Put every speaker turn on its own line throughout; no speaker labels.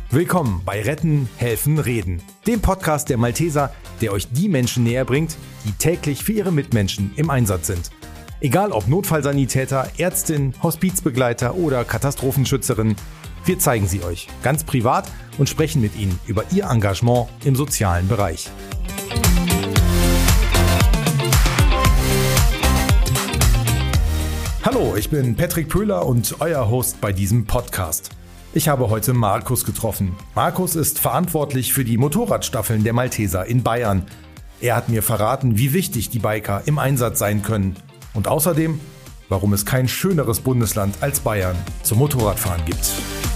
Willkommen bei Retten, Helfen, Reden, dem Podcast der Malteser, der euch die Menschen näher bringt, die täglich für ihre Mitmenschen im Einsatz sind. Egal ob Notfallsanitäter, Ärztin, Hospizbegleiter oder Katastrophenschützerin, wir zeigen sie euch ganz privat und sprechen mit ihnen über ihr Engagement im sozialen Bereich. Hallo, ich bin Patrick Pöhler und euer Host bei diesem Podcast. Ich habe heute Markus getroffen. Markus ist verantwortlich für die Motorradstaffeln der Malteser in Bayern. Er hat mir verraten, wie wichtig die Biker im Einsatz sein können. Und außerdem, warum es kein schöneres Bundesland als Bayern zum Motorradfahren gibt.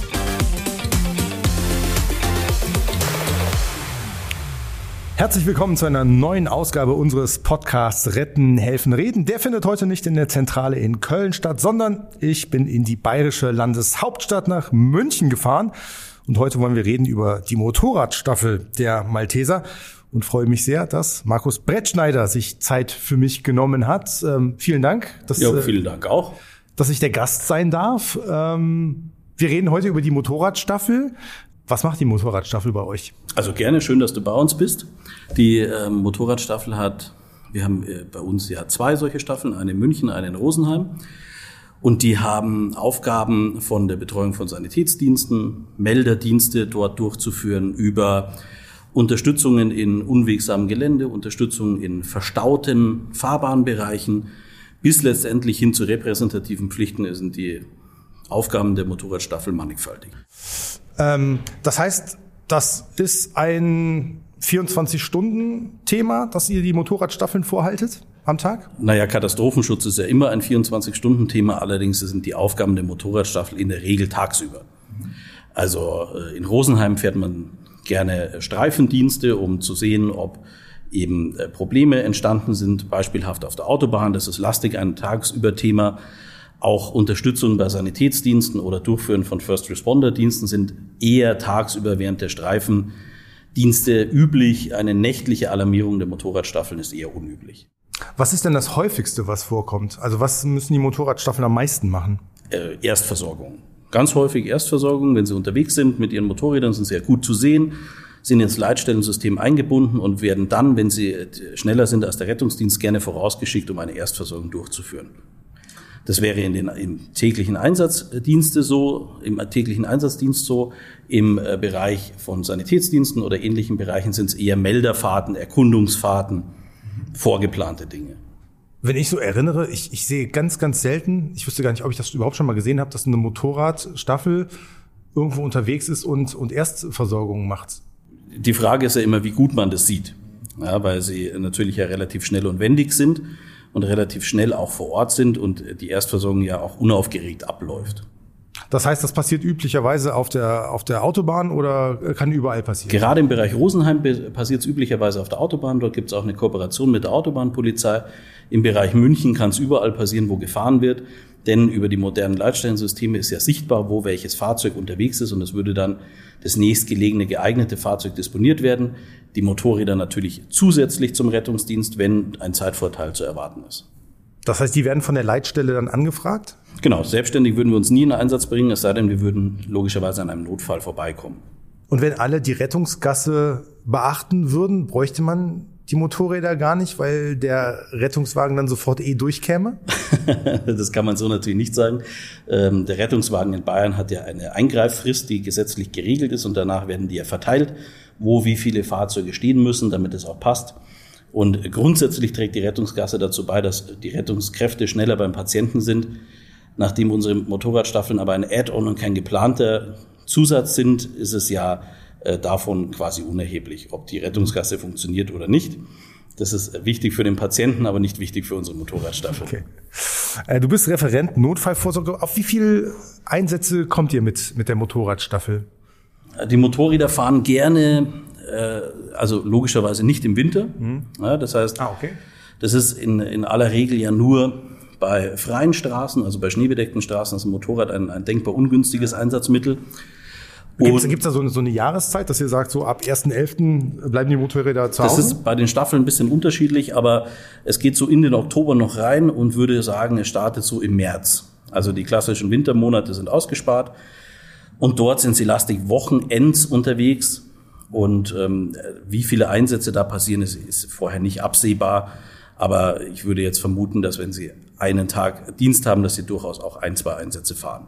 Herzlich willkommen zu einer neuen Ausgabe unseres Podcasts Retten, Helfen, Reden. Der findet heute nicht in der Zentrale in Köln statt, sondern ich bin in die bayerische Landeshauptstadt nach München gefahren. Und heute wollen wir reden über die Motorradstaffel der Malteser und freue mich sehr, dass Markus Brettschneider sich Zeit für mich genommen hat. Vielen Dank.
Vielen Dank auch.
Dass ich der Gast sein darf. Wir reden heute über die Motorradstaffel. Was macht die Motorradstaffel bei euch?
Also gerne, schön, dass du bei uns bist. Die Motorradstaffel wir haben bei uns ja 2 solche Staffeln, eine in München, eine in Rosenheim. Und die haben Aufgaben von der Betreuung von Sanitätsdiensten, Melderdienste dort durchzuführen, über Unterstützungen in unwegsamem Gelände, Unterstützung in verstauten Fahrbahnbereichen, bis letztendlich hin zu repräsentativen Pflichten sind die Aufgaben der Motorradstaffel mannigfaltig.
Das heißt, das ist ein 24-Stunden-Thema, dass ihr die Motorradstaffeln vorhaltet am Tag?
Naja, Katastrophenschutz ist ja immer ein 24-Stunden-Thema, allerdings sind die Aufgaben der Motorradstaffel in der Regel tagsüber. Also in Rosenheim fährt man gerne Streifendienste, um zu sehen, ob eben Probleme entstanden sind, beispielhaft auf der Autobahn. Das ist lastig ein tagsüber-Thema. Auch Unterstützung bei Sanitätsdiensten oder Durchführen von First-Responder-Diensten sind eher tagsüber während der Streifendienste üblich. Eine nächtliche Alarmierung der Motorradstaffeln ist eher unüblich.
Was ist denn das häufigste, was vorkommt? Also was müssen die Motorradstaffeln am meisten machen?
Erstversorgung. Ganz häufig Erstversorgung. Wenn sie unterwegs sind mit ihren Motorrädern, sind sie ja gut zu sehen, sind ins Leitstellensystem eingebunden und werden dann, wenn sie schneller sind als der Rettungsdienst, gerne vorausgeschickt, um eine Erstversorgung durchzuführen. Das wäre im täglichen Einsatzdienst so, im Bereich von Sanitätsdiensten oder ähnlichen Bereichen sind es eher Melderfahrten, Erkundungsfahrten, vorgeplante Dinge.
Wenn ich so erinnere, ich sehe ganz, ganz selten, ich wüsste gar nicht, ob ich das überhaupt schon mal gesehen habe, dass eine Motorradstaffel irgendwo unterwegs ist und Erstversorgung macht.
Die Frage ist ja immer, wie gut man das sieht, ja, weil sie natürlich ja relativ schnell und wendig sind und relativ schnell auch vor Ort sind und die Erstversorgung ja auch unaufgeregt abläuft.
Das heißt, das passiert üblicherweise auf der Autobahn oder kann überall passieren?
Gerade im Bereich Rosenheim passiert es üblicherweise auf der Autobahn. Dort gibt es auch eine Kooperation mit der Autobahnpolizei. Im Bereich München kann es überall passieren, wo gefahren wird. Denn über die modernen Leitstellensysteme ist ja sichtbar, wo welches Fahrzeug unterwegs ist. Und es würde dann das nächstgelegene geeignete Fahrzeug disponiert werden. Die Motorräder natürlich zusätzlich zum Rettungsdienst, wenn ein Zeitvorteil zu erwarten ist.
Das heißt, die werden von der Leitstelle dann angefragt?
Genau, selbstständig würden wir uns nie in Einsatz bringen, es sei denn, wir würden logischerweise an einem Notfall vorbeikommen.
Und wenn alle die Rettungsgasse beachten würden, bräuchte man die Motorräder gar nicht, weil der Rettungswagen dann sofort durchkäme?
Das kann man so natürlich nicht sagen. Der Rettungswagen in Bayern hat ja eine Eingreiffrist, die gesetzlich geregelt ist und danach werden die ja verteilt, wie viele Fahrzeuge stehen müssen, damit es auch passt. Und grundsätzlich trägt die Rettungsgasse dazu bei, dass die Rettungskräfte schneller beim Patienten sind. Nachdem unsere Motorradstaffeln aber ein Add-on und kein geplanter Zusatz sind, ist es ja davon quasi unerheblich, ob die Rettungsgasse funktioniert oder nicht. Das ist wichtig für den Patienten, aber nicht wichtig für unsere Motorradstaffel.
Okay. Du bist Referent Notfallvorsorge. Auf wie viele Einsätze kommt ihr mit der Motorradstaffel?
Die Motorräder fahren gerne, also logischerweise nicht im Winter. Ja, das heißt, das ist in aller Regel ja nur bei freien Straßen, also bei schneebedeckten Straßen, ist ein Motorrad ein denkbar ungünstiges Einsatzmittel. Gibt's da so eine Jahreszeit, dass ihr sagt, so ab 1.11. bleiben die Motorräder zu Hause? Das ist bei den Staffeln ein bisschen unterschiedlich, aber es geht so in den Oktober noch rein und würde sagen, es startet so im März. Also die klassischen Wintermonate sind ausgespart. Und dort sind sie lastig wochenends unterwegs. Und wie viele Einsätze da passieren, ist vorher nicht absehbar. Aber ich würde jetzt vermuten, dass wenn sie einen Tag Dienst haben, dass sie durchaus auch 1-2 Einsätze fahren.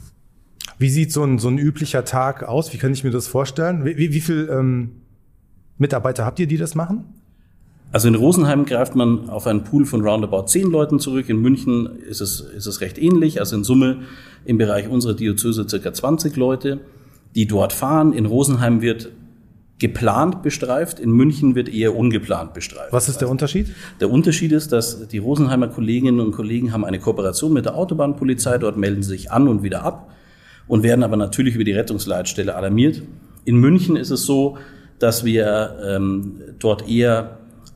Wie sieht so ein üblicher Tag aus? Wie kann ich mir das vorstellen? Wie viel Mitarbeiter habt ihr, die das machen?
Also in Rosenheim greift man auf einen Pool von roundabout 10 Leuten zurück. In München ist es recht ähnlich. Also in Summe im Bereich unserer Diözese ca. 20 Leute, die dort fahren. In Rosenheim wird geplant bestreift, in München wird eher ungeplant bestreift.
Was ist der Unterschied?
Der Unterschied ist, dass die Rosenheimer Kolleginnen und Kollegen haben eine Kooperation mit der Autobahnpolizei. Dort melden sie sich an und wieder ab und werden aber natürlich über die Rettungsleitstelle alarmiert. In München ist es so, dass wir dort eher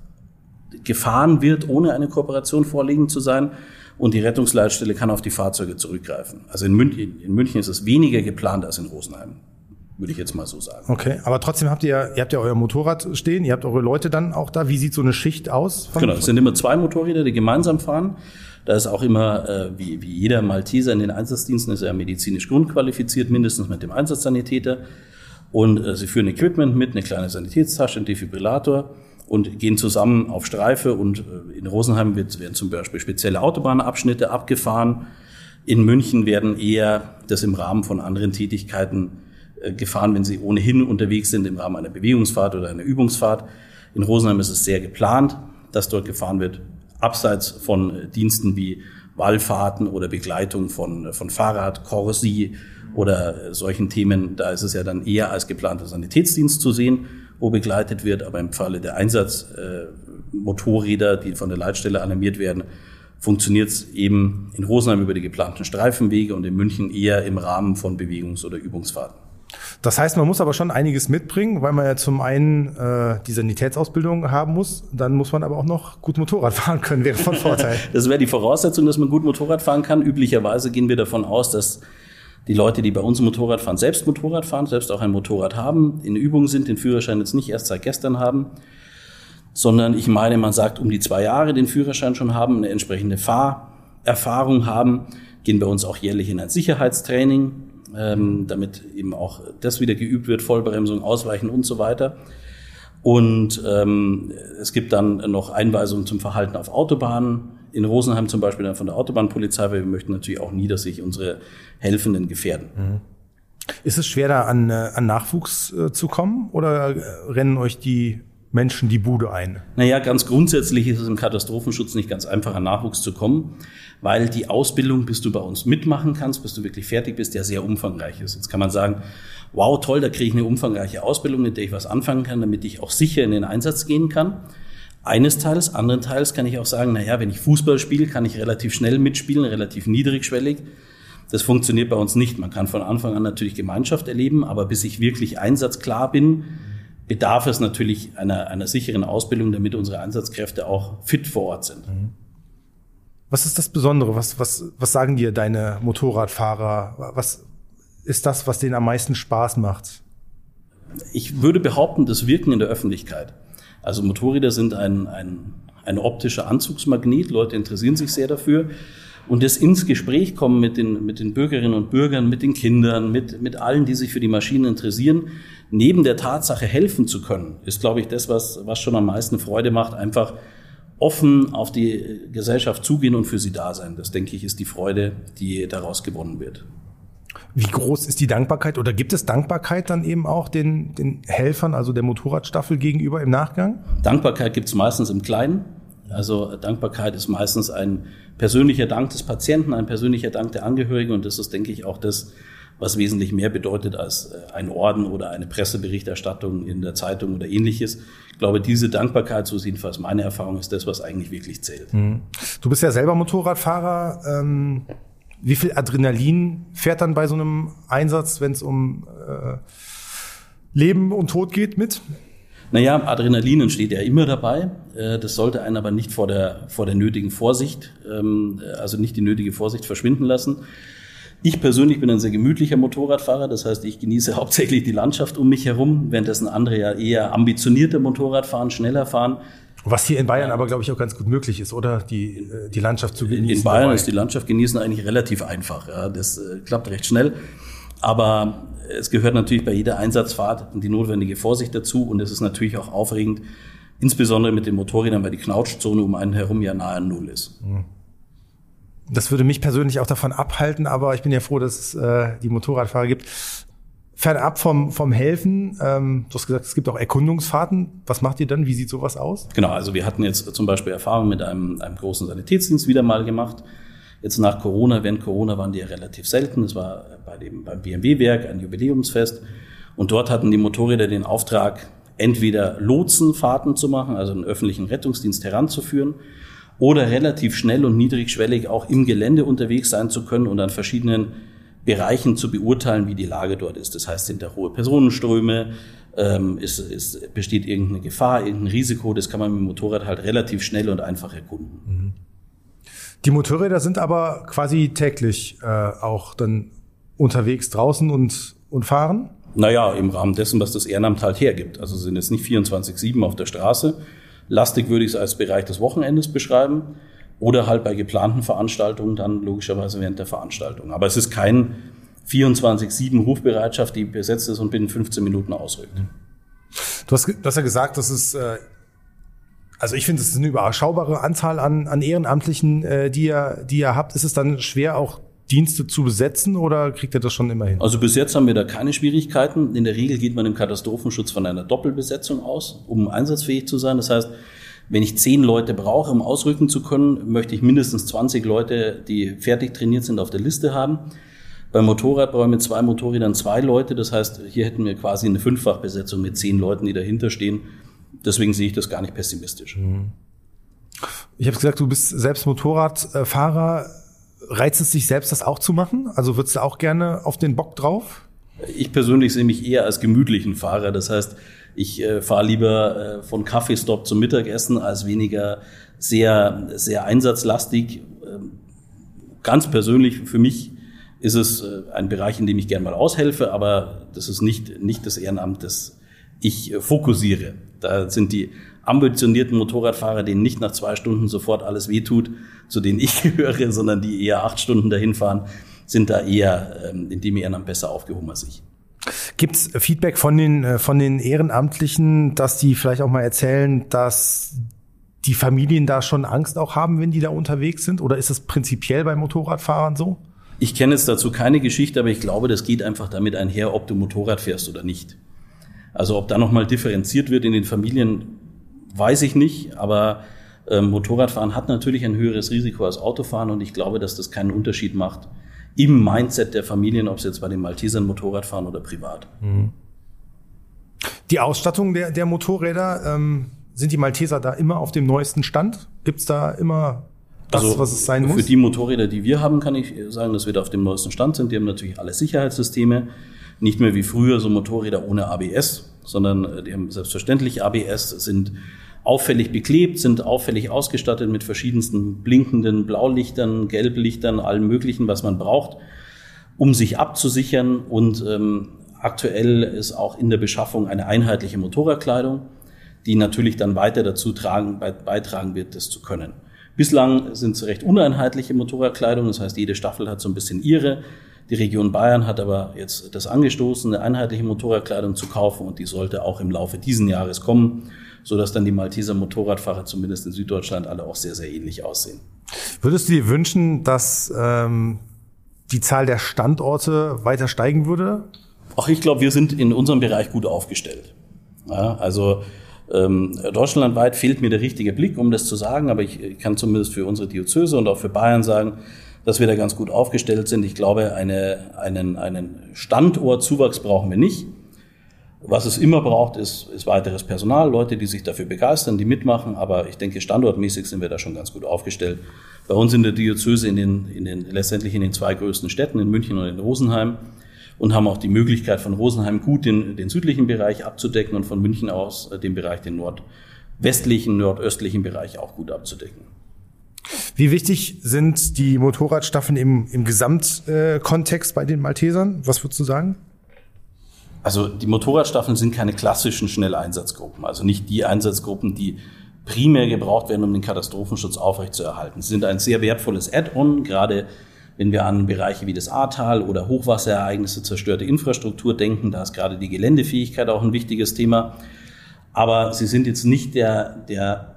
gefahren wird, ohne eine Kooperation vorliegend zu sein. Und die Rettungsleitstelle kann auf die Fahrzeuge zurückgreifen. Also in München ist es weniger geplant als in Rosenheim, würde ich jetzt mal so sagen.
Okay, aber trotzdem habt ihr habt ja euer Motorrad stehen, ihr habt eure Leute dann auch da. Wie sieht so eine Schicht aus?
Genau, es sind immer 2 Motorräder, die gemeinsam fahren. Da ist auch immer, wie jeder Malteser in den Einsatzdiensten, ist er medizinisch grundqualifiziert, mindestens mit dem Einsatzsanitäter. Und sie führen Equipment mit, eine kleine Sanitätstasche, einen Defibrillator und gehen zusammen auf Streife. Und in Rosenheim werden zum Beispiel spezielle Autobahnabschnitte abgefahren. In München werden eher das im Rahmen von anderen Tätigkeiten gefahren, wenn sie ohnehin unterwegs sind, im Rahmen einer Bewegungsfahrt oder einer Übungsfahrt. In Rosenheim ist es sehr geplant, dass dort gefahren wird, abseits von Diensten wie Wallfahrten oder Begleitung von Fahrrad, Corsi oder solchen Themen. Da ist es ja dann eher als geplanter Sanitätsdienst zu sehen, wo begleitet wird. Aber im Falle der Einsatzmotorräder, die von der Leitstelle alarmiert werden, funktioniert es eben in Rosenheim über die geplanten Streifenwege und in München eher im Rahmen von Bewegungs- oder Übungsfahrten.
Das heißt, man muss aber schon einiges mitbringen, weil man ja zum einen die Sanitätsausbildung haben muss, dann muss man aber auch noch gut Motorrad fahren können, wäre von Vorteil.
Das wäre die Voraussetzung, dass man gut Motorrad fahren kann. Üblicherweise gehen wir davon aus, dass die Leute, die bei uns Motorrad fahren, selbst auch ein Motorrad haben, in Übung sind, den Führerschein jetzt nicht erst seit gestern haben, sondern ich meine, man sagt, um die 2 Jahre den Führerschein schon haben, eine entsprechende Fahrerfahrung haben, gehen bei uns auch jährlich in ein Sicherheitstraining, damit eben auch das wieder geübt wird, Vollbremsung, Ausweichen und so weiter. Und es gibt dann noch Einweisungen zum Verhalten auf Autobahnen. In Rosenheim zum Beispiel dann von der Autobahnpolizei, weil wir möchten natürlich auch nie, dass sich unsere Helfenden gefährden.
Ist es schwer, da an Nachwuchs zu kommen oder rennen euch die Menschen die Bude ein?
Naja, ganz grundsätzlich ist es im Katastrophenschutz nicht ganz einfach, an Nachwuchs zu kommen, weil die Ausbildung, bis du bei uns mitmachen kannst, bis du wirklich fertig bist, ja sehr umfangreich ist. Jetzt kann man sagen, wow, toll, da kriege ich eine umfangreiche Ausbildung, mit der ich was anfangen kann, damit ich auch sicher in den Einsatz gehen kann. Eines Teils, anderen Teils kann ich auch sagen, naja, wenn ich Fußball spiele, kann ich relativ schnell mitspielen, relativ niedrigschwellig. Das funktioniert bei uns nicht. Man kann von Anfang an natürlich Gemeinschaft erleben, aber bis ich wirklich einsatzklar bin, bedarf es natürlich einer sicheren Ausbildung, damit unsere Einsatzkräfte auch fit vor Ort sind.
Was ist das Besondere? Was sagen dir deine Motorradfahrer? Was ist das, was denen am meisten Spaß macht?
Ich würde behaupten, das Wirken in der Öffentlichkeit. Also Motorräder sind ein optischer Anzugsmagnet. Leute interessieren sich sehr dafür. Und das ins Gespräch kommen mit den Bürgerinnen und Bürgern, mit den Kindern, mit allen, die sich für die Maschinen interessieren, neben der Tatsache helfen zu können, ist, glaube ich, das, was schon am meisten Freude macht, einfach offen auf die Gesellschaft zugehen und für sie da sein. Das, denke ich, ist die Freude, die daraus gewonnen wird.
Wie groß ist die Dankbarkeit oder gibt es Dankbarkeit dann eben auch den Helfern, also der Motorradstaffel gegenüber im Nachgang?
Dankbarkeit gibt es meistens im Kleinen. Also Dankbarkeit ist meistens ein persönlicher Dank des Patienten, ein persönlicher Dank der Angehörigen und das ist, denke ich, auch das, was wesentlich mehr bedeutet als ein Orden oder eine Presseberichterstattung in der Zeitung oder Ähnliches. Ich glaube, diese Dankbarkeit, so ist jedenfalls meine Erfahrung, ist das, was eigentlich wirklich zählt.
Du bist ja selber Motorradfahrer. Wie viel Adrenalin fährt dann bei so einem Einsatz, wenn es um Leben und Tod geht, mit?
Naja, Adrenalin entsteht ja immer dabei. Das sollte einen aber nicht vor der nötigen Vorsicht, also nicht die nötige Vorsicht verschwinden lassen. Ich persönlich bin ein sehr gemütlicher Motorradfahrer, das heißt, ich genieße hauptsächlich die Landschaft um mich herum, währenddessen andere ja eher ambitionierter Motorrad fahren, schneller fahren.
Was hier in Bayern aber, glaube ich, auch ganz gut möglich ist, oder? Die Landschaft zu genießen.
In Bayern ist die Landschaft genießen eigentlich relativ einfach. Ja, das klappt recht schnell. Aber es gehört natürlich bei jeder Einsatzfahrt die notwendige Vorsicht dazu und es ist natürlich auch aufregend, insbesondere mit den Motorrädern, weil die Knautschzone um einen herum ja nahe an Null ist.
Das würde mich persönlich auch davon abhalten, aber ich bin ja froh, dass es die Motorradfahrer gibt. Fernab vom Helfen, du hast gesagt, es gibt auch Erkundungsfahrten. Was macht ihr dann? Wie sieht sowas aus?
Genau, also wir hatten jetzt zum Beispiel Erfahrungen mit einem großen Sanitätsdienst wieder mal gemacht. Jetzt nach Corona, während Corona waren die ja relativ selten. Es war beim BMW-Werk ein Jubiläumsfest. Und dort hatten die Motorräder den Auftrag, entweder Lotsenfahrten zu machen, also einen öffentlichen Rettungsdienst heranzuführen, oder relativ schnell und niedrigschwellig auch im Gelände unterwegs sein zu können und an verschiedenen Bereichen zu beurteilen, wie die Lage dort ist. Das heißt, sind da hohe Personenströme, besteht irgendeine Gefahr, irgendein Risiko. Das kann man mit dem Motorrad halt relativ schnell und einfach erkunden.
Die Motorräder sind aber quasi täglich auch dann unterwegs draußen und fahren?
Naja, im Rahmen dessen, was das Ehrenamt halt hergibt. Also sind jetzt nicht 24/7 auf der Straße. Lastig würde ich es als Bereich des Wochenendes beschreiben oder halt bei geplanten Veranstaltungen dann logischerweise während der Veranstaltung. Aber es ist kein 24/7 Rufbereitschaft, die besetzt ist und binnen 15 Minuten ausrückt.
Du hast ja gesagt, dass es also ich finde, es ist eine überschaubare Anzahl an Ehrenamtlichen, die ihr habt. Ist es dann schwer, auch Dienste zu besetzen oder kriegt ihr das schon immer hin?
Also bis jetzt haben wir da keine Schwierigkeiten. In der Regel geht man im Katastrophenschutz von einer Doppelbesetzung aus, um einsatzfähig zu sein. Das heißt, wenn ich 10 Leute brauche, um ausrücken zu können, möchte ich mindestens 20 Leute, die fertig trainiert sind, auf der Liste haben. Beim Motorrad brauche ich mit 2 Motorrädern 2 Leute. Das heißt, hier hätten wir quasi eine 5-fach-Besetzung mit 10 Leuten, die dahinter stehen. Deswegen sehe ich das gar nicht pessimistisch.
Ich habe gesagt, du bist selbst Motorradfahrer. Reizt es dich selbst, das auch zu machen? Also würdest du auch gerne auf den Bock drauf?
Ich persönlich sehe mich eher als gemütlichen Fahrer. Das heißt, ich fahre lieber von Kaffeestopp zum Mittagessen als weniger sehr, sehr einsatzlastig. Ganz persönlich für mich ist es ein Bereich, in dem ich gerne mal aushelfe, aber das ist nicht das Ehrenamt, das ich fokussiere. Da sind die ambitionierten Motorradfahrer, denen nicht nach 2 Stunden sofort alles wehtut, zu denen ich gehöre, sondern die eher 8 Stunden dahin fahren, sind da eher in dem Ehrenamt besser aufgehoben als ich.
Gibt's Feedback von den Ehrenamtlichen, dass die vielleicht auch mal erzählen, dass die Familien da schon Angst auch haben, wenn die da unterwegs sind? Oder ist das prinzipiell bei Motorradfahrern so?
Ich kenne jetzt dazu keine Geschichte, aber ich glaube, das geht einfach damit einher, ob du Motorrad fährst oder nicht. Also ob da nochmal differenziert wird in den Familien, weiß ich nicht, aber Motorradfahren hat natürlich ein höheres Risiko als Autofahren und ich glaube, dass das keinen Unterschied macht im Mindset der Familien, ob sie jetzt bei den Maltesern Motorrad fahren oder privat.
Die Ausstattung der Motorräder, sind die Malteser da immer auf dem neuesten Stand? Gibt's da immer das, was es sein muss?
Für die Motorräder, die wir haben, kann ich sagen, dass wir da auf dem neuesten Stand sind. Die haben natürlich alle Sicherheitssysteme, nicht mehr wie früher so Motorräder ohne ABS, sondern die haben selbstverständlich ABS, sind auffällig beklebt, sind auffällig ausgestattet mit verschiedensten blinkenden Blaulichtern, Gelblichtern, allem Möglichen, was man braucht, um sich abzusichern. Und aktuell ist auch in der Beschaffung eine einheitliche Motorradkleidung, die natürlich dann weiter dazu beitragen wird, das zu können. Bislang sind es recht uneinheitliche Motorradkleidung, das heißt, jede Staffel hat so ein bisschen ihre. Die Region Bayern hat aber jetzt das angestoßen, eine einheitliche Motorradkleidung zu kaufen und die sollte auch im Laufe dieses Jahres kommen, sodass dann die Malteser Motorradfahrer zumindest in Süddeutschland alle auch sehr, sehr ähnlich aussehen.
Würdest du dir wünschen, dass die Zahl der Standorte weiter steigen würde?
Ach, ich glaube, wir sind in unserem Bereich gut aufgestellt. Ja, also deutschlandweit fehlt mir der richtige Blick, um das zu sagen, aber ich kann zumindest für unsere Diözese und auch für Bayern sagen, dass wir da ganz gut aufgestellt sind. Ich glaube, einen Standortzuwachs brauchen wir nicht. Was es immer braucht, ist weiteres Personal, Leute, die sich dafür begeistern, die mitmachen. Aber ich denke, standortmäßig sind wir da schon ganz gut aufgestellt. Bei uns in der Diözese letztendlich in den 2 größten Städten, in München und in Rosenheim. Und haben auch die Möglichkeit, von Rosenheim gut den südlichen Bereich abzudecken und von München aus den Bereich, den nordwestlichen, nordöstlichen Bereich auch gut abzudecken.
Wie wichtig sind die Motorradstaffeln im Gesamtkontext bei den Maltesern? Was würdest du sagen?
Also die Motorradstaffeln sind keine klassischen Schnelleinsatzgruppen, also nicht die Einsatzgruppen, die primär gebraucht werden, um den Katastrophenschutz aufrechtzuerhalten. Sie sind ein sehr wertvolles Add-on, gerade Wenn wir an Bereiche wie das Ahrtal oder Hochwasserereignisse, zerstörte Infrastruktur denken, da ist gerade die Geländefähigkeit auch ein wichtiges Thema. Aber sie sind jetzt nicht der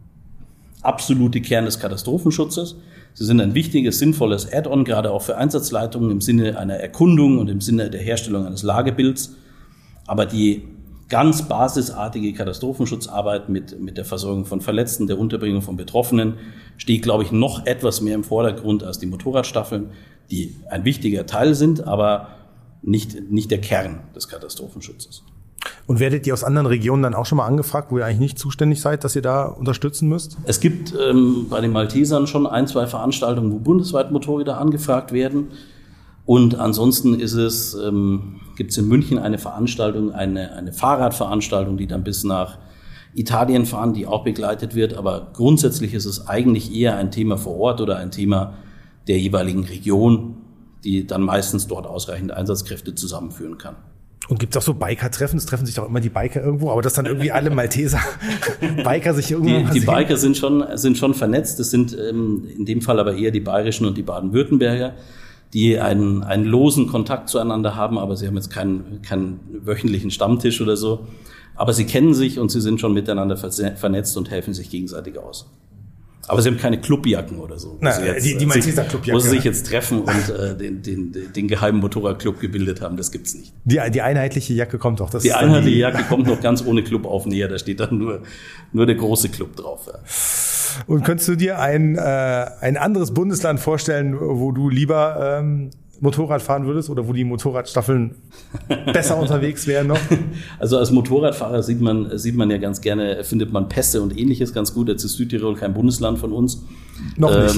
absolute Kern des Katastrophenschutzes. Sie sind ein wichtiges, sinnvolles Add-on, gerade auch für Einsatzleitungen im Sinne einer Erkundung und im Sinne der Herstellung eines Lagebilds. Aber die ganz basisartige Katastrophenschutzarbeit mit der Versorgung von Verletzten, der Unterbringung von Betroffenen steht, glaube ich, noch etwas mehr im Vordergrund als die Motorradstaffeln, die ein wichtiger Teil sind, aber nicht der Kern des Katastrophenschutzes.
Und werdet ihr aus anderen Regionen dann auch schon mal angefragt, wo ihr eigentlich nicht zuständig seid, dass ihr da unterstützen müsst?
Es gibt bei den Maltesern schon 1, 2 Veranstaltungen, wo bundesweit Motorräder angefragt werden. Und ansonsten gibt es in München eine Veranstaltung, eine Fahrradveranstaltung, die dann bis nach Italien fahren, die auch begleitet wird. Aber grundsätzlich ist es eigentlich eher ein Thema vor Ort oder ein Thema der jeweiligen Region, die dann meistens dort ausreichend Einsatzkräfte zusammenführen kann.
Und gibt es auch so Biker-Treffen? Es treffen sich doch immer die Biker irgendwo, aber dass dann irgendwie alle Malteser Biker sich irgendwo
Die Biker sind schon vernetzt. Das sind in dem Fall aber eher die bayerischen und die Baden-Württemberger, die einen losen Kontakt zueinander haben, aber sie haben jetzt keinen wöchentlichen Stammtisch oder so. Aber sie kennen sich und sie sind schon miteinander vernetzt und helfen sich gegenseitig aus. Aber sie haben keine Clubjacken oder so.
Die Malteser Clubjacke.
Wo sie sich jetzt treffen und den geheimen Motorradclub gebildet haben, das gibt's nicht.
Die einheitliche Jacke kommt doch.
Die einheitliche Jacke kommt noch ganz ohne Clubaufnäher, da steht dann nur der große Club drauf. Ja.
Und könntest du dir ein anderes Bundesland vorstellen, wo du lieber Motorrad fahren würdest oder wo die Motorradstaffeln besser unterwegs wären noch?
Also als Motorradfahrer sieht man ja ganz gerne, findet man Pässe und Ähnliches ganz gut. Jetzt ist Südtirol kein Bundesland von uns.
Noch nicht.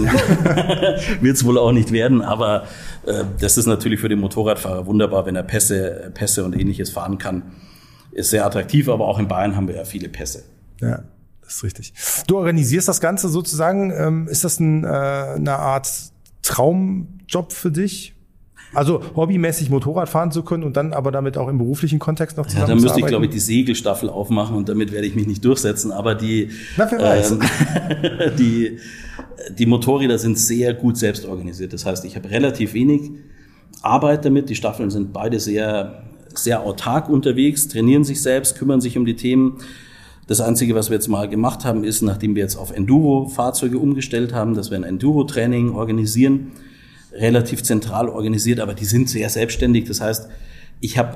Wird es wohl auch nicht werden, aber das ist natürlich für den Motorradfahrer wunderbar, wenn er Pässe und Ähnliches fahren kann. Ist sehr attraktiv, aber auch in Bayern haben wir ja viele Pässe.
Ja, das ist richtig. Du organisierst das Ganze sozusagen. Ist das eine Art Traumjob für dich? Also hobbymäßig Motorrad fahren zu können und dann aber damit auch im beruflichen Kontext noch zusammenzuarbeiten?
Ja, dann müsste ich, glaube ich, die Segelstaffel aufmachen und damit werde ich mich nicht durchsetzen. Aber wer weiß. Die Motorräder sind sehr gut selbst organisiert. Das heißt, ich habe relativ wenig Arbeit damit. Die Staffeln sind beide sehr, sehr autark unterwegs, trainieren sich selbst, kümmern sich um die Themen. Das Einzige, was wir jetzt mal gemacht haben, ist, nachdem wir jetzt auf Enduro-Fahrzeuge umgestellt haben, dass wir ein Enduro-Training organisieren, relativ zentral organisiert, aber die sind sehr selbstständig. Das heißt, ich habe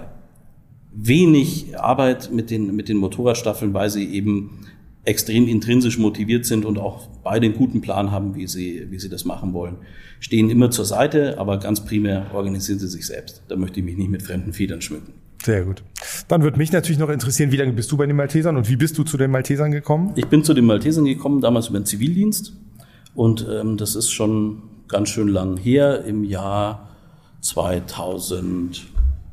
wenig Arbeit mit den Motorradstaffeln, weil sie eben extrem intrinsisch motiviert sind und auch beide einen guten Plan haben, wie sie das machen wollen. Stehen immer zur Seite, aber ganz primär organisieren sie sich selbst. Da möchte ich mich nicht mit fremden Federn schmücken.
Sehr gut. Dann würde mich natürlich noch interessieren, wie lange bist du bei den Maltesern und wie bist du zu den Maltesern gekommen?
Ich bin zu den Maltesern gekommen, damals über den Zivildienst. Und das ist schon ganz schön lang her, im Jahr 2000.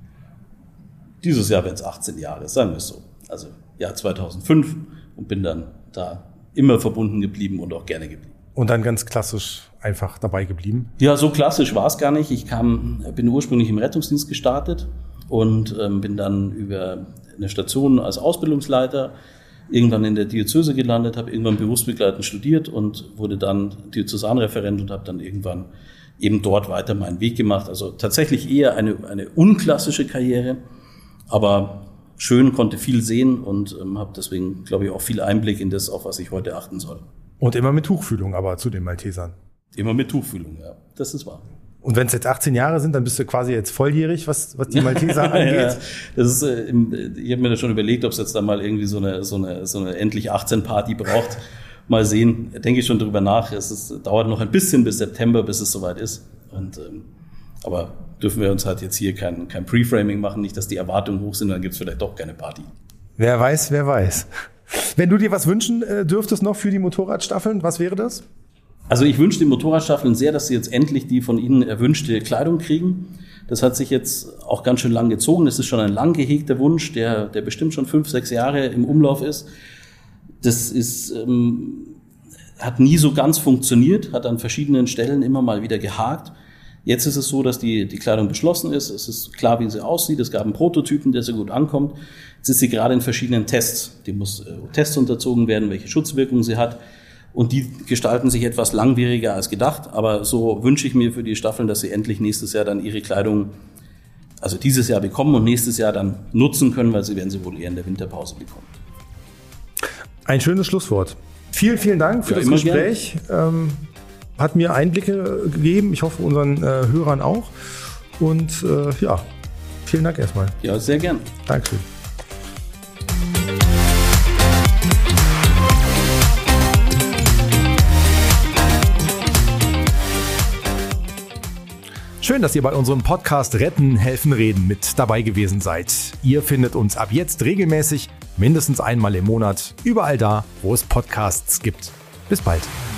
Dieses Jahr werden es 18 Jahre, sagen wir es so. Also Jahr 2005 und bin dann da immer verbunden geblieben und auch gerne geblieben.
Und dann ganz klassisch einfach dabei geblieben?
Ja, so klassisch war es gar nicht. Ich bin ursprünglich im Rettungsdienst gestartet und bin dann über eine Station als Ausbildungsleiter irgendwann in der Diözese gelandet, habe irgendwann berufsbegleitend studiert und wurde dann Diözesanreferent und habe dann irgendwann eben dort weiter meinen Weg gemacht. Also tatsächlich eher eine unklassische Karriere, aber schön, konnte viel sehen und habe deswegen, glaube ich, auch viel Einblick in das, auf was ich heute achten soll.
Und immer mit Tuchfühlung aber zu den Maltesern?
Immer mit Tuchfühlung, ja. Das ist wahr.
Und wenn es jetzt 18 Jahre sind, dann bist du quasi jetzt volljährig, was die Malteser angeht?
Ja, das ist, ich habe mir da schon überlegt, ob es jetzt da mal irgendwie so eine endlich 18 Party braucht. Mal sehen, denke ich schon drüber nach. Dauert noch ein bisschen bis September, bis es soweit ist. Aber dürfen wir uns halt jetzt hier kein Pre-Framing machen, nicht, dass die Erwartungen hoch sind, dann gibt es vielleicht doch keine Party.
Wer weiß, wer weiß. Wenn du dir was wünschen dürftest noch für die Motorradstaffeln, was wäre das?
Also ich wünsche den Motorradstaffeln sehr, dass sie jetzt endlich die von ihnen erwünschte Kleidung kriegen. Das hat sich jetzt auch ganz schön lang gezogen. Das ist schon ein lang gehegter Wunsch, der bestimmt schon 5, 6 Jahre im Umlauf ist. Das hat nie so ganz funktioniert, hat an verschiedenen Stellen immer mal wieder gehakt. Jetzt ist es so, dass die Kleidung beschlossen ist. Es ist klar, wie sie aussieht. Es gab einen Prototypen, der sehr gut ankommt. Jetzt ist sie gerade in verschiedenen Tests. Die muss Tests unterzogen werden, welche Schutzwirkung sie hat. Und die gestalten sich etwas langwieriger als gedacht. Aber so wünsche ich mir für die Staffeln, dass sie endlich nächstes Jahr dann ihre Kleidung, also dieses Jahr bekommen und nächstes Jahr dann nutzen können, weil sie werden sie wohl eher in der Winterpause bekommen.
Ein schönes Schlusswort. Vielen, vielen Dank für das Gespräch. Hat mir Einblicke gegeben. Ich hoffe, unseren Hörern auch. Und vielen Dank erstmal.
Ja, sehr gern.
Dankeschön. Schön, dass ihr bei unserem Podcast Retten, Helfen, Reden mit dabei gewesen seid. Ihr findet uns ab jetzt regelmäßig, mindestens einmal im Monat, überall da, wo es Podcasts gibt. Bis bald.